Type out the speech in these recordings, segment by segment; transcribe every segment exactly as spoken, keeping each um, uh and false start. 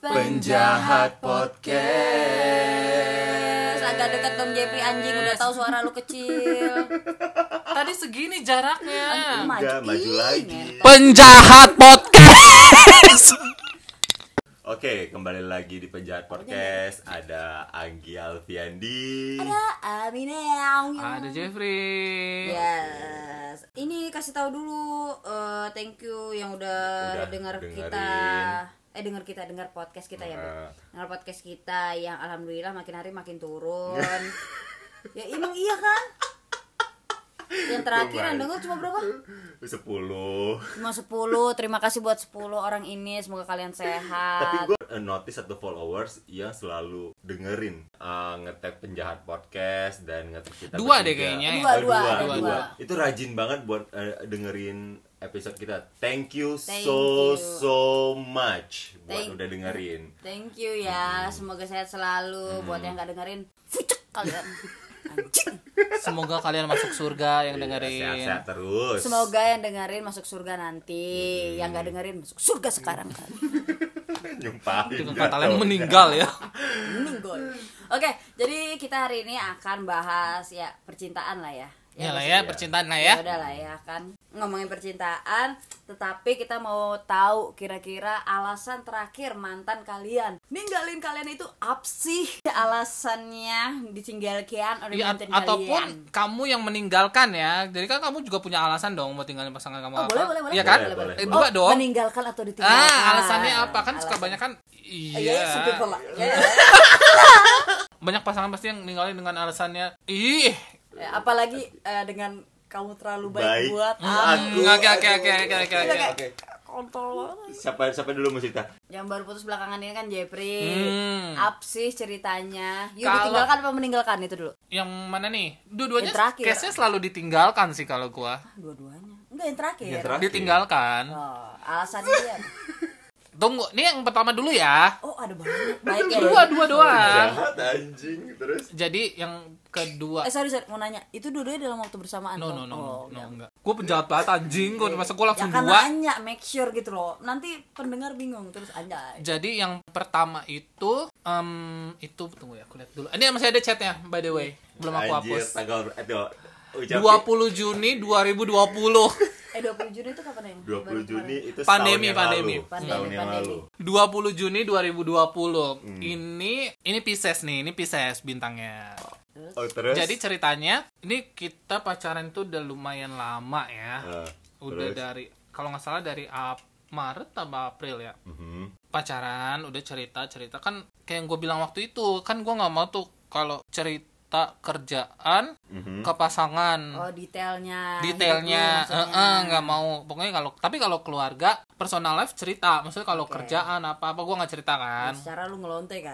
Penjahat Podcast. Agak dekat dong Jepri anjing, udah tahu suara lu kecil. Tadi segini jaraknya. Enggak, maju lagi. Penjahat Podcast. Oke, kembali lagi di Penjahat Podcast. Ada Anggi Alfiandi. Ada Aminah. Ada Jeffrey. Yes. Ini kasih tahu dulu, uh, thank you yang udah, Udah dengar dengerin. kita. Eh dengar kita, dengar podcast kita ya, Nah. dengar podcast kita yang alhamdulillah makin hari makin turun. Ya emang iya kan? Yang terakhir yang denger cuma berapa? Sepuluh. Cuma sepuluh. Terima kasih buat sepuluh orang ini. Semoga kalian Tapi sehat. gue notice satu followers yang selalu dengerin uh, nge-tag Penjahat Podcast dan nge-tag kita Dua bertiga. deh kayaknya. Dua, Oh, dua, dua, ada dua. dua. Itu rajin banget buat uh, dengerin episode kita. Thank you Thank so you. so much buat Thank- udah dengerin. Thank you ya. Semoga sehat selalu. Buat yang gak dengerin, fucek kalian. Anjing. Semoga kalian masuk surga yang Iya, dengerin. sehat-sehat terus. Semoga yang dengerin masuk surga nanti. Yang gak dengerin masuk surga sekarang kan. Nyumpahin. Dengan kalian meninggal ya. Meninggal. Oke, jadi kita hari ini akan bahas ya percintaan lah ya. Ya lah nggak ya, sih? percintaan lah Ya ya. udah lah ya kan, ngomongin percintaan, tetapi kita mau tahu kira-kira alasan terakhir mantan kalian ninggalin kalian itu apa sih alasannya ditinggalkan oleh Ya, mantan ataupun kalian? kamu yang meninggalkan ya. Jadi kan kamu juga punya alasan dong mau tinggalin pasangan kamu Oh, apa? boleh, boleh, boleh. Iya kan? Boleh, boleh. Eh, Oh, dua dong. meninggalkan atau ditinggalkan? Ah, alasannya apa? Kan suka Alasan- banyak kan. Iya, Iya. sampai pola. Ya. Banyak pasangan pasti yang ninggalin dengan alasannya ih. Ya, apalagi eh, dengan kamu terlalu baik, Baik. buat Hmm, aku. aku. Oke oke oke oke oke oke. Oke. Kontol banget. Siapa siapa dulu mau cerita? Yang baru putus belakangan ini kan Jepri. Hmm. Apa sih ceritanya? Yuk Kalau- ditinggalkan apa meninggalkan itu dulu? Yang mana nih? Dua-duanya Yang terakhir. case-nya selalu ditinggalkan sih kalau gua. Dua-duanya. Enggak, yang terakhir. Yang terakhir. Ditinggalkan. Oh, alasannya dia. Tunggu, ini yang pertama dulu ya. Oh, ada banyak. Baik ya. Dua, dua doang. Jahat anjing terus. Jadi yang kedua. Eh, sorry, sorry, mau nanya. Itu dua-duanya dalam waktu bersamaan? No, toh? no, no, Oh, no, enggak. enggak. Gue penjahat banget anjing, gue masa gue Ya langsung kan dua. nanya, make sure gitu loh. Nanti pendengar bingung terus anjay. Jadi yang pertama itu, em itu tunggu ya, aku lihat dulu. Ini masih ada chatnya, by the way, belum aku Anjir, hapus. tanggal itu ucapin dua puluh Juni dua ribu dua puluh. Eh, dua puluh Juni itu kapan ya? dua puluh Juni itu Pandemi, setahun yang pandemi. lalu. Pandemi, Setahun yang pandemi. lalu. dua puluh Juni dua ribu dua puluh. Hmm. Ini ini Pisces nih, ini Pisces bintangnya. Oh, terus. Jadi ceritanya, ini kita pacaran tuh udah lumayan lama ya. Eh, Udah terus? dari kalau nggak salah dari Ap- Maret atau April ya. Mhm. Pacaran udah cerita cerita kan kayak yang gue bilang waktu itu kan gue nggak mau tuh kalau cerita kerjaan Mhm. ke pasangan Oh, detailnya. detailnya hidup lu eh, maksudnya. eh, nggak mau pokoknya kalau tapi kalau keluarga personal life cerita maksudnya kalau Oke. kerjaan apa apa gue nggak cerita kan Secara lu ngelonte kan.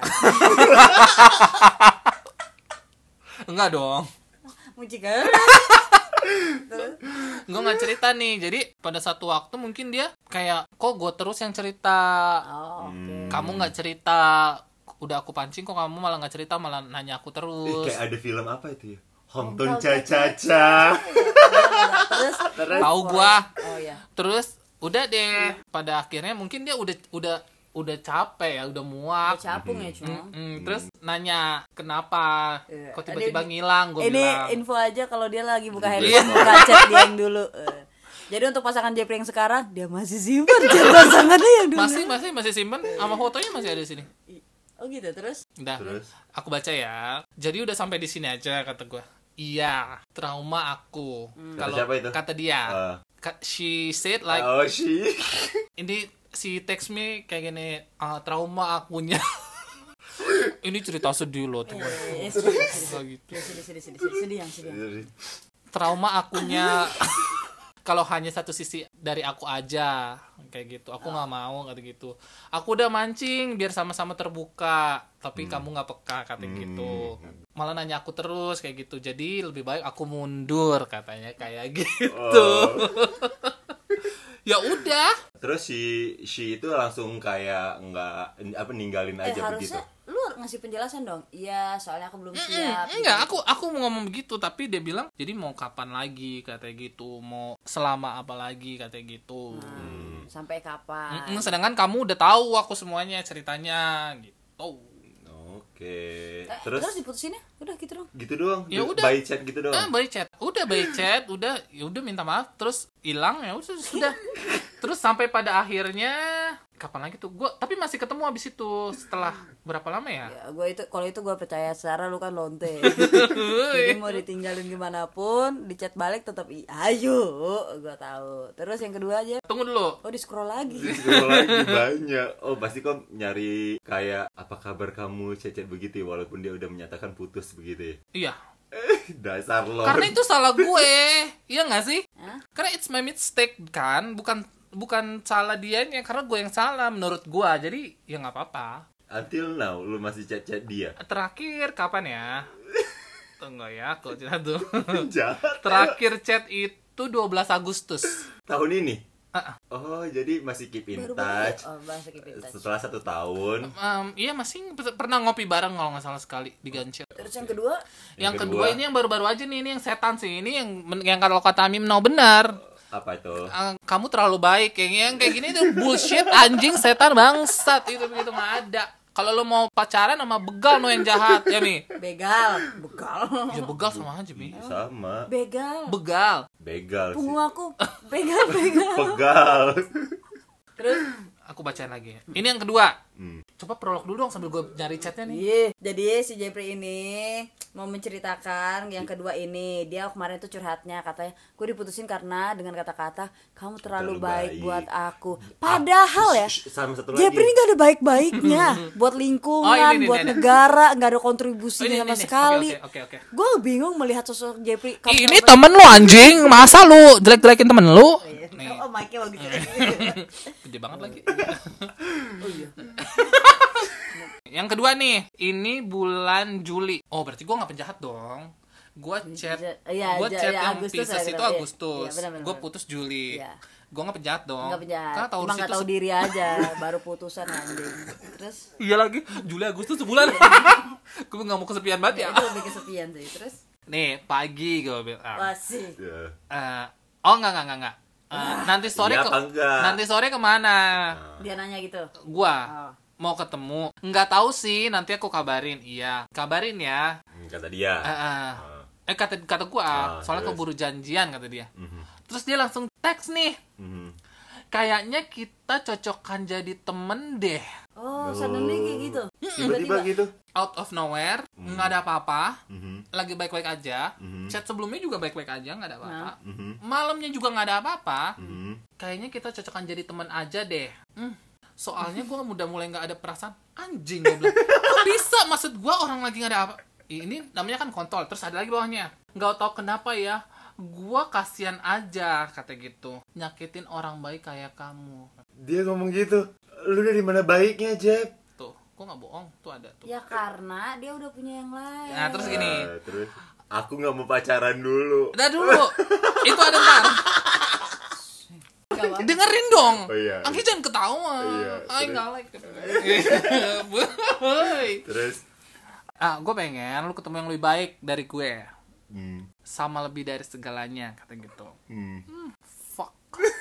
enggak dong Muji kan? Terus? gue nggak cerita nih jadi pada satu waktu mungkin dia kayak kok gue terus yang cerita Oh, oke. kamu nggak cerita udah aku pancing kok kamu malah nggak cerita malah nanya aku Ih, terus kayak ada film apa itu ya? Hometown Hometown Caca-Caca. Terus tahu gua oh ya. terus udah deh pada akhirnya mungkin dia udah udah udah capek ya udah muak Udah capung ya, cuma. Mm, terus nanya kenapa Iya. kok tiba-tiba Ini- ngilang gue Ini bilang info aja kalau dia lagi buka Iya. handphone, buka chat dia yang dulu. Eh. Jadi untuk pasangan Jepri yang sekarang dia masih simpan chat pasangannya yang dulu. masih masih masih simpen sama fotonya masih ada di sini Oh gitu terus. udah Terus? aku baca ya jadi udah sampai di sini aja kata gue iya trauma aku Hmm. Kata siapa itu? kata dia Eh. Ka- she said like Oh, sih. ini si text me kayak gini ah, trauma akunya ini cerita sedih loh teman Eh, sedih, sedih, Nggak gitu sedih, sedih, sedih, sedih, sedih, yang sedih. yang. trauma akunya kalau hanya satu sisi dari aku aja kayak gitu aku nggak mau kata gitu aku udah mancing biar sama-sama terbuka tapi kamu nggak peka kata gitu malah nanya aku terus kayak gitu jadi lebih baik aku mundur katanya kayak gitu Oh. ya udah Terus si si itu langsung kayak nggak apa ninggalin Eh aja begitu. harusnya lu ngasih penjelasan dong. Iya, soalnya aku belum siap. enggak aku aku mau ngomong begitu tapi dia bilang jadi mau kapan lagi katanya gitu mau selama apa lagi katanya gitu Hmm. Sampai kapan? Mm-mm, sedangkan kamu udah tahu aku semuanya ceritanya gitu. Oke. Eh, Terus terus diputusinnya udah gitu dong. gitu doang. Ya Du- udah. by chat gitu doang. Ah, by chat. Udah by chat, udah ya udah minta maaf terus hilang ya udah sudah. Terus sampai pada akhirnya kapan lagi tuh? Gua tapi masih ketemu abis itu setelah berapa lama ya? Ya, gue itu kalau itu gue percaya secara lu kan lonte. Jadi mau ditinggalin gimana pun, di chat balik tetap i- ayo, gue tahu. Terus yang kedua aja, Tunggu dulu. oh di scroll lagi. Scroll lagi banyak. Oh pasti kok nyari kayak apa kabar kamu chat-chat begitu ya, walaupun dia udah menyatakan putus begitu ya. Iya. Dasar lo. Karena itu salah gue. Iya nggak sih? Hah? Karena it's my mistake kan, bukan bukan salah dianya karena gue yang salah menurut gue. Jadi ya nggak apa-apa. Until now lu masih chat-chat dia. Terakhir kapan ya? Tunggu ya, aku cerita tuh. Jahat. Terakhir chat itu dua belas Agustus. Tahun ini. Ah, ah. Oh, jadi masih keep in Baru touch. banget. Oh, bahasa keep in touch. Setelah satu tahun. Em, iya masih p- pernah ngopi bareng kalau nggak salah sekali di Gancet. Terus yang kedua, Yang, Yang kedua, kedua. ini yang baru-baru aja nih, ini yang setan sih. Ini yang men- yang kalau kata Mim no benar. Apa itu? Eh, kamu terlalu baik kayak yang kayak gini itu bullshit anjing setan bangsat itu begitu nggak ada. Kalau lo mau pacaran sama begal no yang jahat ya Mi. begal, begal, Ya begal sama aja Mi. Sama. begal. Begal. Begal sih. Punggung aku begal, begal. Pegal. Terus, Aku bacain lagi ya. Ini yang kedua. Hmm. Coba prolog dulu dong sambil gue nyari chatnya nih. iya. Jadi si Jepri ini mau menceritakan yang kedua ini. Dia kemarin tuh curhatnya katanya, gue diputusin karena dengan kata-kata kamu terlalu Terlalu baik, baik. buat aku. Padahal ya, Shh, sama satu lagi. Jepri ini gak ada baik-baiknya buat lingkungan, Oh, ini, ini, buat ini, ini. negara, gak ada Oh, kontribusinya ini, sama ini, ini. sekali. Oke, oke, oke, oke. Gue bingung melihat sosok Jepri. kamu Ini terlalu temen lu anjing, masa lu jelek-jelekin temen lu? baik. Nih, Oh, mic-nya bagus. gede banget lagi. Oh iya. Yang kedua nih, ini bulan Juli. Oh, berarti gua nggak penjahat dong. Gua chat, Iya, gua ja- chat ya, yang Agustus Pisces ya, itu benar. Iya, Agustus. iya, benar, benar, Gua benar. putus Juli. Iya. Gua nggak penjahat dong. Enggak penjahat. Karena Taurus Cuma nggak itu tahu se- diri aja, baru putusan anjing. Terus Iya lagi, Juli Agustus sebulan. Gua nggak mau kesepian banget ya ya. itu lebih kesepian sih. Terus Nih, pagi gua bilang. masih Ya. Eh, oh enggak enggak enggak enggak. Eh, nanti sore Iya ke apa enggak? nanti sore kemana? dia nanya gitu. Gua Oh. mau ketemu. Nggak tahu sih, nanti aku kabarin. Iya, kabarin ya. Hmm, Kata dia. Eh, eh. Ah. eh kata kata gua, Ah, soalnya terus? keburu janjian kata dia. Mhm. Terus dia langsung teks nih. Mhm. Kayaknya kita cocokkan jadi temen deh. Oh, suddenly kayak gitu. Tiba-tiba gitu. Out of nowhere, Hmm. nggak ada apa-apa. Mhm. Lagi baik-baik aja. Mhm. Chat sebelumnya juga baik-baik aja, nggak ada apa-apa. Mhm. Malamnya juga nggak ada apa-apa. Mhm. Kayaknya kita cocokkan jadi teman aja deh. Hmm, soalnya gue udah mulai nggak ada perasaan anjing. Gue bilang, kok bisa? Maksud gue orang lagi nggak ada apa? Ini namanya kan kontol. Terus ada lagi bawahnya. Nggak tahu kenapa ya. Gue kasihan aja kata gitu. Nyakitin orang baik kayak kamu. Dia ngomong gitu. Lu dari mana baiknya, Jeb? Tuh, gue nggak bohong. Tuh ada tuh. Ya karena dia udah punya yang lain. Nah terus gini. Ah, terus aku nggak mau pacaran dulu. Udah dulu. Itu ada ntar. Gak apa-apa. Dengerin dong. Oh, iya. Anggi jangan ketawa. Iya, Ay terus. nggak like. Boy. Terus Ah, gue pengen lu ketemu yang lebih baik dari gue. hmm. Sama lebih dari segalanya kata gitu. Hmm. Fuck.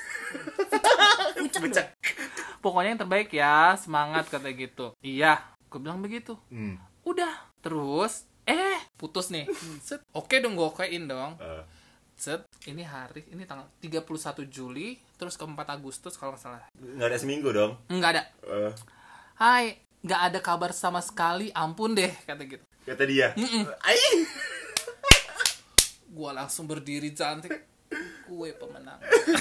Becek. Pokoknya yang terbaik ya, semangat kata gitu. Iya, gue bilang begitu. Hmm. Udah, terus eh putus nih. Set. Oke dong, gue okein dong. Ah. Set, ini hari, ini tanggal tiga puluh satu Juli, terus ke empat Agustus kalau nggak salah. Nggak ada seminggu dong. Enggak ada. Ah. Hai, nggak ada kabar sama sekali, ampun deh kata gitu. Kata dia. Mm-mm. Ai. Gue langsung berdiri cantik. Gue pemenang.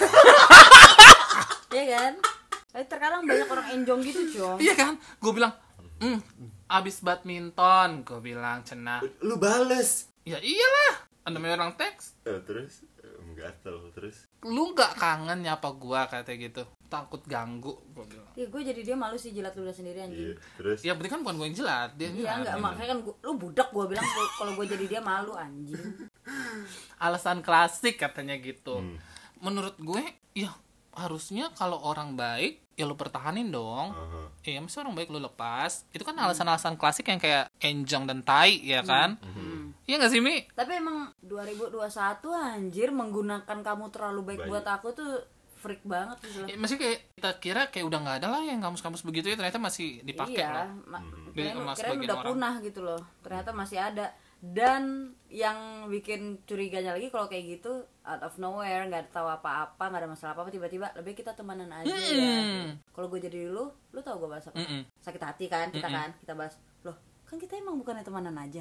Iya kan? Tapi terkadang banyak orang enjong gitu, Cong. Iya kan? Gue bilang, hmm, abis badminton, gue bilang cenah. Lu bales. Ya iyalah, namanya orang teks. Eh, terus enggak tahu terus. Lu gak kangen nyapa gue kata gitu. Takut ganggu, gue bilang. Ya gue jadi dia malu sih jilat ludah sendiri anjing. Iya, terus Ya berarti kan bukan gue yang jelat, dia Iya yang enggak, jelat. makanya kan gua, lu budak gue bilang gua- kalau gue jadi dia malu anjing. Alasan klasik katanya gitu. Hmm. Menurut gue, ya harusnya kalau orang baik, ya lu pertahanin dong. Aha. Iya, masa orang baik lu lepas. Itu kan alasan-alasan klasik yang kayak enjong dan tai, ya kan? Hmm. Iya gak sih, Mi? Tapi emang dua ribu dua puluh satu anjir menggunakan kamu terlalu baik, Baik. buat aku tuh freak banget gitu loh. Ya, masih kayak kita kira kayak udah nggak ada lah yang kamus-kamus begitu ya, ternyata masih dipakai Iya, loh. ma- Di- kirain, sama kirain sebagian udah orang. punah gitu loh. Ternyata masih ada. Dan yang bikin curiganya lagi kalau kayak gitu out of nowhere, nggak tahu apa-apa, nggak ada masalah apa-apa, tiba-tiba lebih kita temenan aja Hmm. ya. Kalau gue jadi lu, lu tau gue bahas apa? Mm-mm. Sakit hati kan kita Mm-mm. kan, kita bahas. Loh, kan kita emang bukannya temenan aja.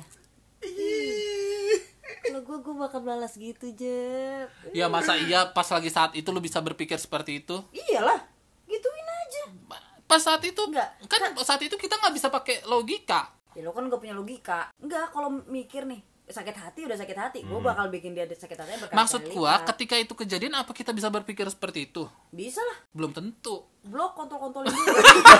Kalau gue, gue bakal balas gitu, Jeb. Ya masa iya pas lagi saat itu lu bisa berpikir seperti itu? Iyalah, gituin aja. Pas saat itu Enggak. kan saat itu kita nggak bisa pakai logika. Ya lo kan gak punya logika. Enggak, kalau mikir nih sakit hati udah sakit hati, gue Hmm. bakal bikin dia sakit hatinya berkali-kali Maksud gua lipat. ketika itu kejadian apa kita bisa berpikir seperti itu? Bisa lah, Belum tentu. blok kontrol-kontrolin dulu.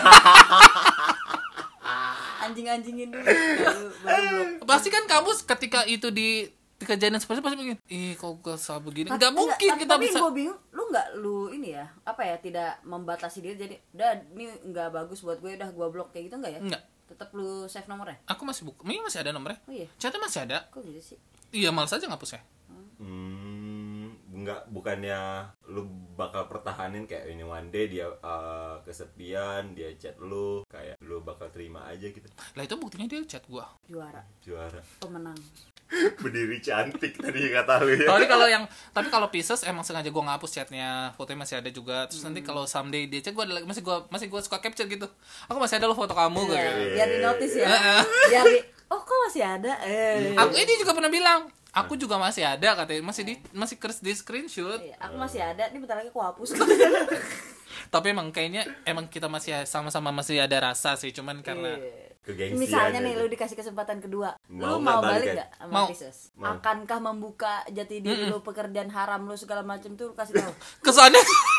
Anjing-anjingin dulu baru, baru blok. Pasti kan kamu ketika itu di di kejadian seperti itu pasti begini, ih kok gua salah begini. Tapi- Nggak mungkin tapi- kita tapi bisa. gue bingung, lu nggak lu ini ya apa ya, tidak membatasi diri jadi udah ini nggak bagus buat gue, udah gue blok kayak gitu nggak ya? Enggak. Tetap lu save nomornya? Aku masih buka. Ini masih ada nomornya. Oh iya, Chatnya masih ada. kok gitu sih? Iya, malas aja ngapusnya. Hmm, enggak, bukannya lu bakal pertahanin kayak ini one day dia uh, kesepian, dia chat lu, kayak lu bakal terima aja gitu. Lah itu buktinya dia chat gua. Juara, Juara. pemenang. Berdiri cantik tadi kata lu ya. Tapi kalau yang tapi kalau Pisces emang sengaja gua ngapus chatnya, fotonya masih ada juga. Terus nanti kalau someday dia chat gua ada lagi- masih gua masih gua suka capture gitu. Aku masih ada lo foto kamu gua. Iya, Gitu. biar di notice ya. Heeh. Biar di, oh kok masih ada? Eh. Aku ini juga pernah bilang, aku juga masih ada katanya, masih di masih kers di screenshot. Iya, aku masih ada, ini bentar lagi aku hapus. Tapi emang kayaknya emang kita masih sama-sama masih ada rasa sih, cuman karena Iya. Kegengsian Misalnya nih aja. lu dikasih kesempatan kedua, Mau lu nggak mau balik balik kan? nggak sama Mau. Pisces? Mau. Akankah membuka jati diri lu, pekerjaan haram lu segala macam tuh lu kasih tahu? kesannya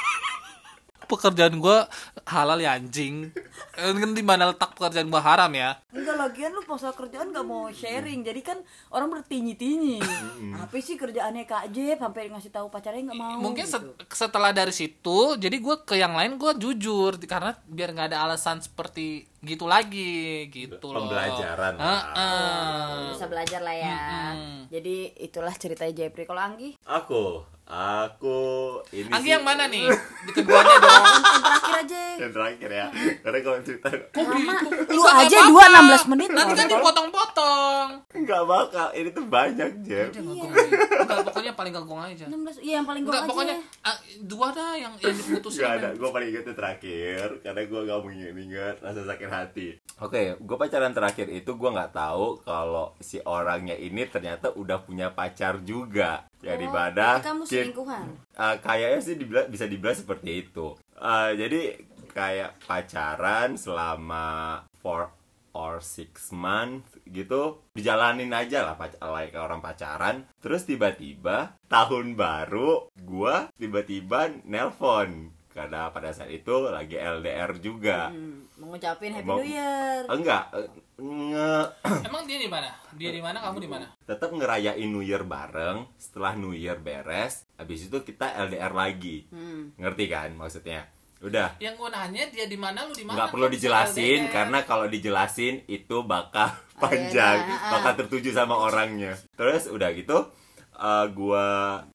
pekerjaan gua halal ya anjing. Kan di mana letak pekerjaan gua haram ya? Enggak, lagian lu masalah kerjaan gak mau sharing, jadi kan orang bertinyi-tinyi. Apa sih kerjaannya Kak Jeb sampai ngasih tahu pacarnya nggak mau? Mungkin gitu. set- setelah dari situ jadi gue ke yang lain gue jujur karena biar nggak ada alasan seperti gitu lagi gitu loh. Pembelajaran lah. Heeh. Bisa belajar lah ya. Mm-mm. Jadi itulah ceritanya Jepri. Kalau Anggi, Aku, aku ini Anggi sih- yang mana nih? Di keduanya dong. yang terakhir aja. Yang terakhir ya. Karena kalau cerita Lama. Lu Bisa nggak aja bakal. dua enam belas menit. Nanti kan loh. dipotong-potong. nggak bakal, ini tuh banyak Jeb. Udah ngegong aja. Enggak, pokoknya paling ngegong aja. enam belas. Iya, yang paling gua Enggak, aja. pokoknya ah, dua dah yang yang diputusin. Gak ada, gue paling inget itu terakhir karena gue gak mau inget-inget rasa sakit hati. Oke, gue pacaran terakhir itu gue nggak tahu kalau si orangnya ini ternyata udah punya pacar juga. Jadi Oh, ibadah, berarti kamu kit- selingkuhan. uh, kayaknya sih dibilang, bisa dibilang seperti itu. Uh, jadi kayak pacaran selama four or six months gitu, dijalanin aja lah pac- like orang pacaran. Terus tiba-tiba tahun baru gua tiba-tiba nelpon karena pada saat itu lagi L D R juga. Hmm, mengucapin Happy Mau- New Year. Enggak, eh, nge- Emang dia di mana? Dia di mana? Kamu di mana? tetap ngerayain New Year bareng. Setelah New Year beres, habis itu kita L D R lagi. Hmm. Ngerti kan maksudnya? Udah. Yang gue nanya dia di mana, lu di mana? Nggak perlu Kok bisa dijelasin L D R? karena kalau dijelasin itu bakal Oh, panjang, iya, iya. bakal tertuju sama orangnya. Terus udah gitu, uh, gua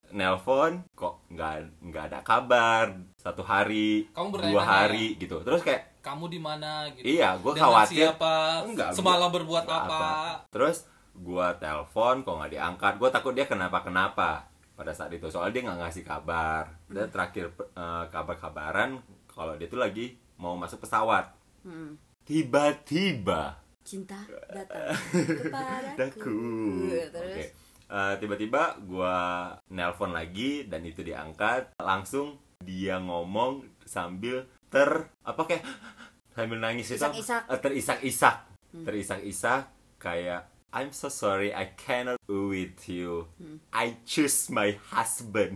nelpon kok nggak nggak ada kabar satu hari, Kamu dua bertanya-tanya hari gitu. Terus kayak Kamu di mana gitu. iya, gua Dengan khawatir. siapa? Enggak, gua- Semalam berbuat nggak apa? Terus gua telepon kok nggak diangkat. Gua takut dia kenapa-kenapa pada saat itu. Soalnya dia nggak ngasih kabar. Dan terakhir uh, kabar-kabaran kalau dia tuh lagi mau masuk pesawat. Hmm. Tiba-tiba Cinta datang kepadaku. daku. Terus Oke. Eh, tiba-tiba gua nelpon lagi dan itu diangkat, langsung dia ngomong sambil ter apa kayak sambil nangis itu Isak-isak. eh, terisak-isak. Terisak-isak kayak I'm so sorry I cannot be with you. I choose my husband.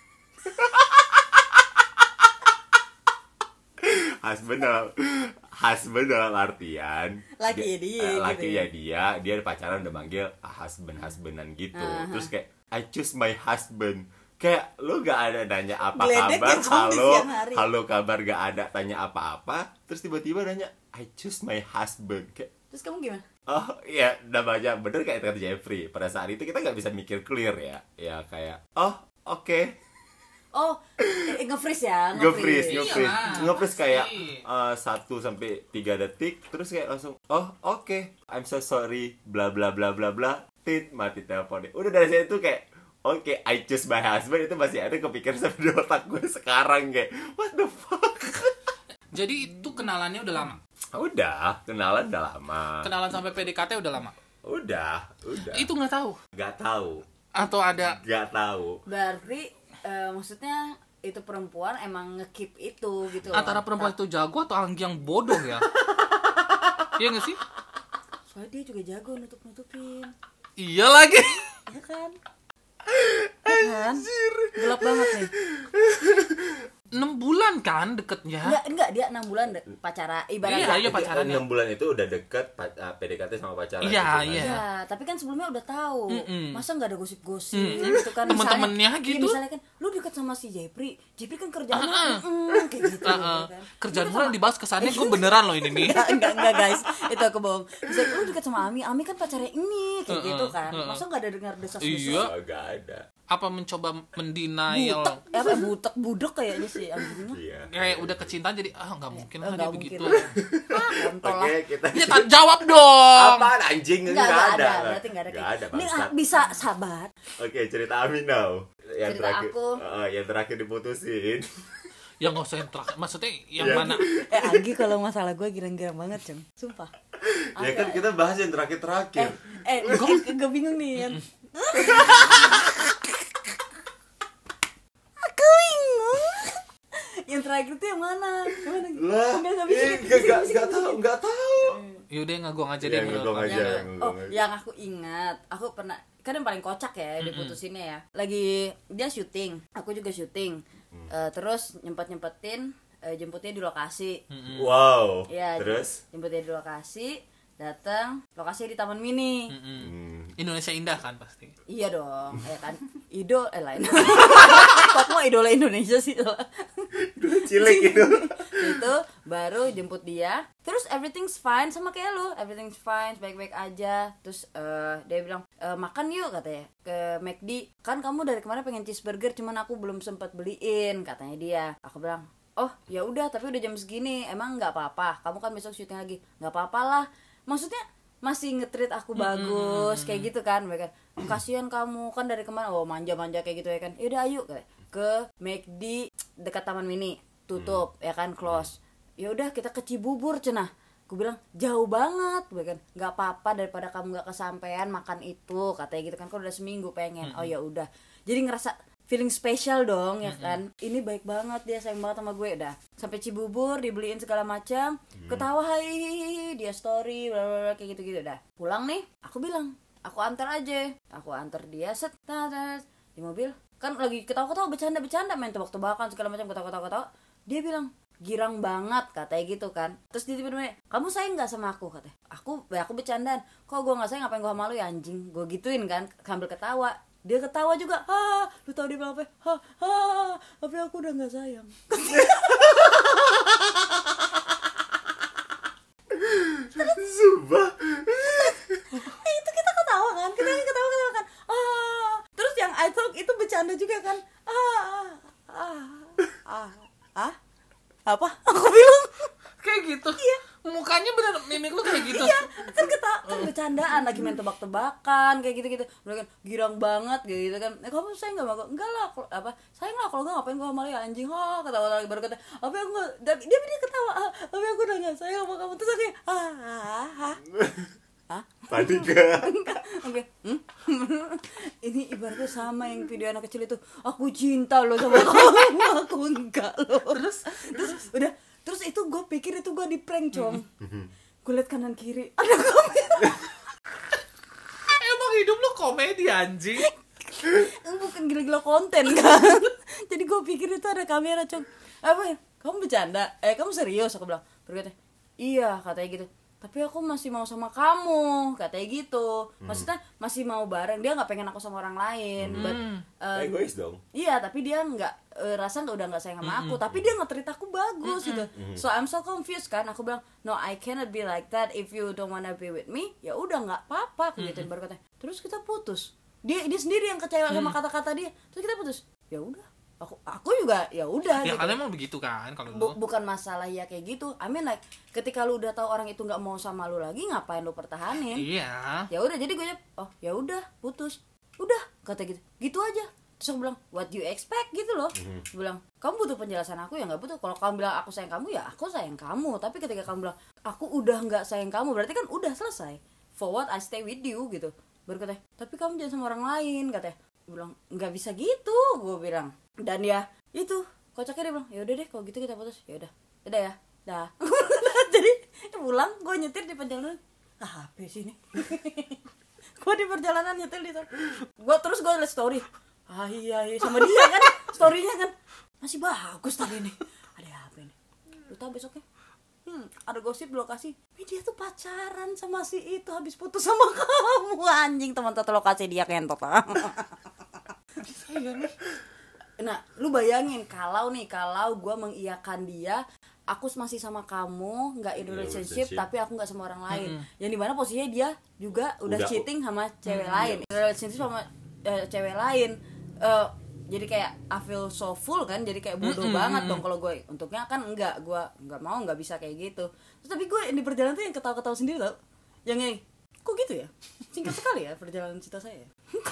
husband dalam husband dalam artian Laki dia, eh, gitu laki ya? ya dia dia pacaran udah manggil husband husbandan gitu. Aha. Terus kayak I choose my husband. Kayak lu gak ada nanya apa Geledek kabar, ya kamu di halo siang hari. halo kabar gak ada, tanya apa-apa, terus tiba-tiba nanya I choose my husband. Kayak terus kamu gimana? oh iya, namanya bener kayak kata Jeffrey. Pada saat itu kita nggak bisa mikir clear ya, ya kayak oh oke. Oh, eh, nge-freeze ya, Nge-freeze, nge-freeze. nge-freeze, Iyalah, nge-freeze kayak pasti. uh, satu sampai tiga detik, terus kayak langsung, oh oke, okay. I'm so sorry, bla bla bla bla bla, tit mati teleponnya. Udah dari situ kayak, oke, okay, I choose my husband, itu masih ada kepikiran sampai di otak gue sekarang kayak, what the fuck? Jadi itu kenalannya udah lama. Udah, kenalan udah lama. Kenalan sampai P D K T udah lama. Udah, udah. Itu nggak tahu. Gak tahu, Atau ada gak tahu. Berarti eh, maksudnya itu perempuan emang nge-keep itu gitu loh. antara perempuan itu jago atau Anggi yang bodoh ya? Iya nggak sih? Soalnya dia juga jago nutup-nutupin. Iya lagi. Iya kan? Iya kan? Gelap banget nih. enam bulan kan deketnya. Enggak, enggak dia enam bulan de- pacaran ibaratnya. Iya, iya, pacarannya. enam bulan itu udah deket pa- uh, P D K T sama pacaran. Iya, gitu kan. iya. Ya, tapi kan sebelumnya udah tahu. Mm-mm. Masa nggak ada gosip-gosip Mm-mm. gitu kan? Temen-temennya Misalnya- gitu. Iya, misalnya kan, lu deket sama si Jepri, Jepri kan kerjaannya Ah, ah. mm, kayak gitu. Uh, uh, kan. kerjaan Lu gue deket yang dibahas kesannya gue beneran loh ini nih. Enggak, enggak, enggak guys, itu aku bohong. Misalnya lu deket sama Ami, Ami kan pacarnya ini, kayak Uh-uh, gitu kan. uh-uh. Masa nggak ada dengar desas-desus? Iya. Oh, gak ada. Apa mencoba mendenial? Butek, eh, apa butek budek kayaknya sih Ami. Iya. Kayak udah kecintaan jadi ah nggak mungkin lah dia Enggak mungkin. begitu. Ah, kontol Oke, lah. kita Ya tak jawab dong. apaan anjing? Enggak, enggak ada, lah. berarti enggak ada. Nggak kayak- ada, Ini bangsat. ah, bisa sabar. Oke, cerita Amin now. Yang Cerita terakhir, aku. uh, yang terakhir diputusin. Ya nggak usah yang terakhir. Maksudnya yang Iya. mana? Eh, Anggi kalau masalah gue girang-girang banget, Ceng. Sumpah. Ya kan kita bahas yang terakhir-terakhir. Eh, eh, gue, gue bingung nih kan. Aku bingung. Yang terakhir itu yang mana? Yang mana? Lah, Enggak, enggak bisa. eh, nggak nggak nggak tahu, nggak tahu. Yaudah ngagong aja Ya, deh. ngegong menurut aja. kamu. yang Oh, ngomong. yang aku ingat, aku pernah kan yang paling kocak ya diputusinnya ya. Lagi dia syuting, aku juga syuting. Eh, terus nyempet-nyempetin eh, jemputnya di lokasi. Wow. Ya, Terus? jemputnya di lokasi, datang, lokasinya di Taman Mini. Mm-mm. Hmm. Indonesia indah kan pasti. Iya dong, ya kan. Idol eh lain. Kok mau idola Indonesia sih? Cilik gitu. Itu baru jemput dia. Terus everything's fine sama kayak lu, everything's fine, baik-baik aja. Terus eh, dia bilang e, makan yuk katanya ke McD. Kan kamu dari kemarin pengen cheeseburger, cuman aku belum sempat beliin katanya dia. Aku bilang oh ya udah, tapi udah jam segini, emang nggak apa-apa. Kamu kan besok syuting lagi, nggak apa-apa lah. Maksudnya masih nge-treat aku bagus kayak gitu kan, mereka kasihan kamu kan dari kemarin oh manja-manja kayak gitu ya kan. Yaudah ayo ke McD dekat Taman Mini, tutup ya kan, close. Ya udah kita ke Cibubur cenah. Aku bilang jauh banget, gue kan nggak apa-apa daripada kamu nggak kesampean makan itu katanya gitu kan, kan udah seminggu pengen. Oh ya udah, jadi ngerasa feeling spesial dong ya kan. Ini baik banget, dia sayang banget sama gue. Udah sampai Cibubur dibeliin segala macam, ketawa hai dia story bla bla bla kayak gitu-gitu. Udah pulang nih, aku bilang aku antar aja, aku antar dia set tat, di mobil kan lagi ketawa-ketawa bercanda-bercanda main tebak-tebakan segala macam, ketawa-ketawa. Dia bilang girang banget katanya gitu kan. Terus dia tiba-tiba kamu sayang nggak sama aku katanya. Aku ya aku bercandaan, kok gue nggak sayang, ngapain gue sama lu ya anjing, gue gituin kan sambil ketawa. Dia ketawa juga, ha, lu tau dia bilang apa? Ha, ha, tapi aku udah nggak sayang. Sumpah. Eh, itu kita ketawa kan, kita ketawa ketawa kan. Ah, terus yang I talk itu bercanda juga kan. Ah, ah, ah, ah, apa? Aku bilang. Kayak gitu. Iya. Mukanya bener mimik lu kayak gitu. Iya, kan kita kan bercandaan lagi main tebak-tebakan kayak gitu-gitu. Mereka kan girang banget kayak gitu kan. Eh, kamu sayang enggak sama aku? Enggak lah, kalau- apa? Sayang lah, kalau enggak ngapain gua sama dia anjing. Ha, ketawa lagi baru kata, "Apa aku enggak?" Dan dia dia ketawa, ah, "Tapi aku udah enggak sayang sama kamu." Terus aku kayak, "Ah, ah, ah." Hah? Panik gak? Oke. Hmm? Ini ibaratnya sama yang video anak kecil itu. Aku cinta loh sama kamu, aku enggak loh. Terus terus udah terus itu gue pikir itu gue di prank com. Gue liat kanan kiri ada kamera. Emang hidup lu komedi anjing. Bukan gila-gila konten kan. Jadi gue pikir itu ada kamera com. Apa ya? Kamu bercanda? Eh kamu serius? Aku bilang. Berkata, iya katanya gitu. Tapi aku masih mau sama kamu katanya gitu. Maksudnya masih mau bareng, dia nggak pengen aku sama orang lain. But, um, Egois dong. iya, tapi dia nggak uh, rasa nggak udah nggak sayang sama aku. Tapi dia nge-treat aku bagus gitu. So I'm so confused kan. Aku bilang no, I cannot be like that. If you don't wanna be with me, ya udah nggak apa-apa. Aku gituin baru katanya. Terus kita putus. Dia dia sendiri yang kecewa sama kata-kata dia. Terus kita putus. Ya udah. aku aku juga ya udah Ya gitu. kan emang begitu kan kalau Bu- lu. bukan masalah ya kayak gitu. I mean like ketika lu udah tahu orang itu nggak mau sama lu lagi, ngapain lu pertahanin? Iya. Ya udah, jadi gue jawab, oh ya udah putus, udah kata gitu, gitu aja. Terus aku bilang, what you expect gitu loh. Mhm. Gue bilang, kamu butuh penjelasan aku ya nggak butuh. Kalau kamu bilang aku sayang kamu ya aku sayang kamu. Tapi ketika kamu bilang aku udah nggak sayang kamu, berarti kan udah selesai. For what I stay with you gitu. Baru katanya, tapi kamu jangan sama orang lain katanya. Gue bilang nggak bisa gitu, gue bilang. Dan ya itu kocaknya dia bilang, ya udah deh kalau gitu kita putus. Ya udah, udah ya, dah. Jadi pulang, gue nyetir di perjalanan. Ah, apa sih ini? Gue di perjalanan nyetir di gue terus gue liat story. Ah iya, iya sama dia kan, storynya kan masih bagus tadi nih. Ada apa ini? Lu tahu besoknya? Hmm, ada gosip di lokasi. Eh, dia tuh pacaran sama si itu habis putus sama kamu. Anjing, teman satu lokasi dia kentot. Nah, lu bayangin kalau nih, kalau gue mengiyakan dia, aku masih sama kamu, nggak in relationship, relationship. tapi aku nggak sama orang lain. Mm-hmm. Yang dimana posisinya dia juga udah, Udah- cheating sama cewek Mm-hmm. lain, in relationship sama eh, cewek lain. Eh, jadi kayak I feel so full kan, jadi kayak bodoh Mm-mm, banget mm-mm. dong kalau gue. Untuknya kan enggak, gue nggak mau, nggak bisa kayak gitu. Terus tapi gue di perjalanan tuh yang ketawa-ketawa sendiri tau, yang yang kok gitu ya, singkat sekali ya perjalanan cinta saya.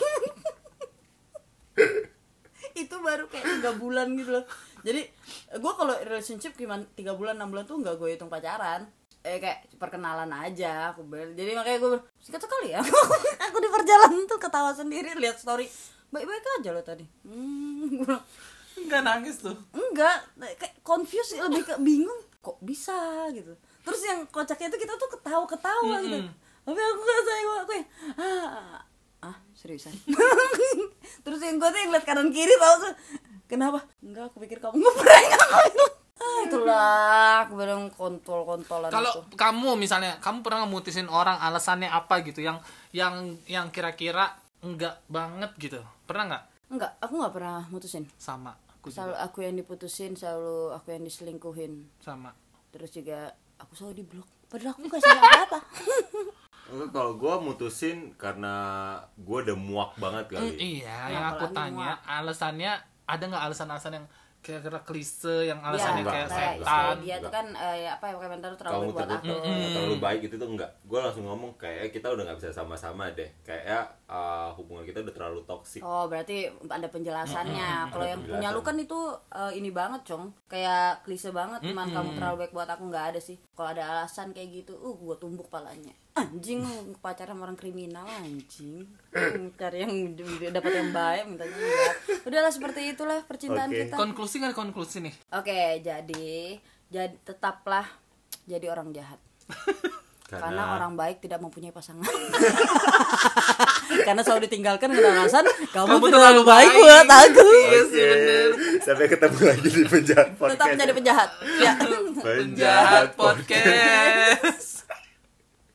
Itu baru kayak tiga bulan gitu loh. Jadi gue kalau relationship gimana tiga bulan enam bulan tuh nggak gue hitung pacaran, eh kayak perkenalan aja aku ber. Jadi makanya gue singkat sekali ya. Aku di perjalanan tuh ketawa sendiri lihat story, baik-baik aja lo tadi. Hmm, gua bilang, Enggak nangis tuh. enggak, kayak confused, lebih ke bingung kok bisa gitu. Terus yang kocaknya itu kita tuh ketawa-ketawa gitu. Mm-mm. Tapi aku gak sayang, aku yang ah, ah seriusan. Terus yang gue tuh yang liat kanan kiri tau tuh, kenapa? Enggak, aku pikir kamu ngeprank aku. Ah, itulah, aku bilang kontol-kontolan. Kalau itu. kamu misalnya, kamu pernah mutusin orang alasannya apa gitu yang yang yang kira-kira enggak banget gitu. Pernah nggak? Enggak, aku gak pernah mutusin. Sama. Aku Selalu juga. aku yang diputusin, selalu aku yang diselingkuhin. Sama. Terus juga aku selalu diblok. Padahal aku gak salah apa-apa. Enggak, kalau gue mutusin karena gue udah muak banget kali. Mm, iya, Nah, yang aku apalagi tanya muak. alasannya ada nggak alasan-alasan yang kira-kira klise yang alasannya Enggak, kayak enggak, kayak setan? istri dia tuh kan eh, ya apa ya komentar tuh terlalu Kamu baik buat terlalu, aku. Mm-mm. terlalu baik itu tuh enggak. Gue langsung ngomong kayak kita udah nggak bisa sama-sama deh. Kayak uh, hubungan kita udah terlalu toksik. Oh berarti ada penjelasannya. Kalau Ada yang punya penjelasan. lu kan itu eh, ini banget cong, kayak klise banget. Cuman kamu terlalu baik buat aku, nggak ada sih. Kalau ada alasan kayak gitu, uh gua tumbuk palanya. Anjing, lu pacaran sama orang kriminal anjing. Hmm, cari yang dapat yang baik, mintanya enggak. Udahlah seperti itulah percintaan Oke. kita. Konklusi nggak ada konklusi nih? Oke, jadi jadi tetaplah jadi orang jahat. Karena orang baik tidak mempunyai pasangan. Karena selalu ditinggalkan dengan alasan kamu, Kamu terlalu terlalu baik baik. buat aku. Iya sih, Oke. bener. Sampai ketemu lagi di penjahat podcast. Tetap menjadi penjahat. Ya. Penjahat Jahat podcast. podcast.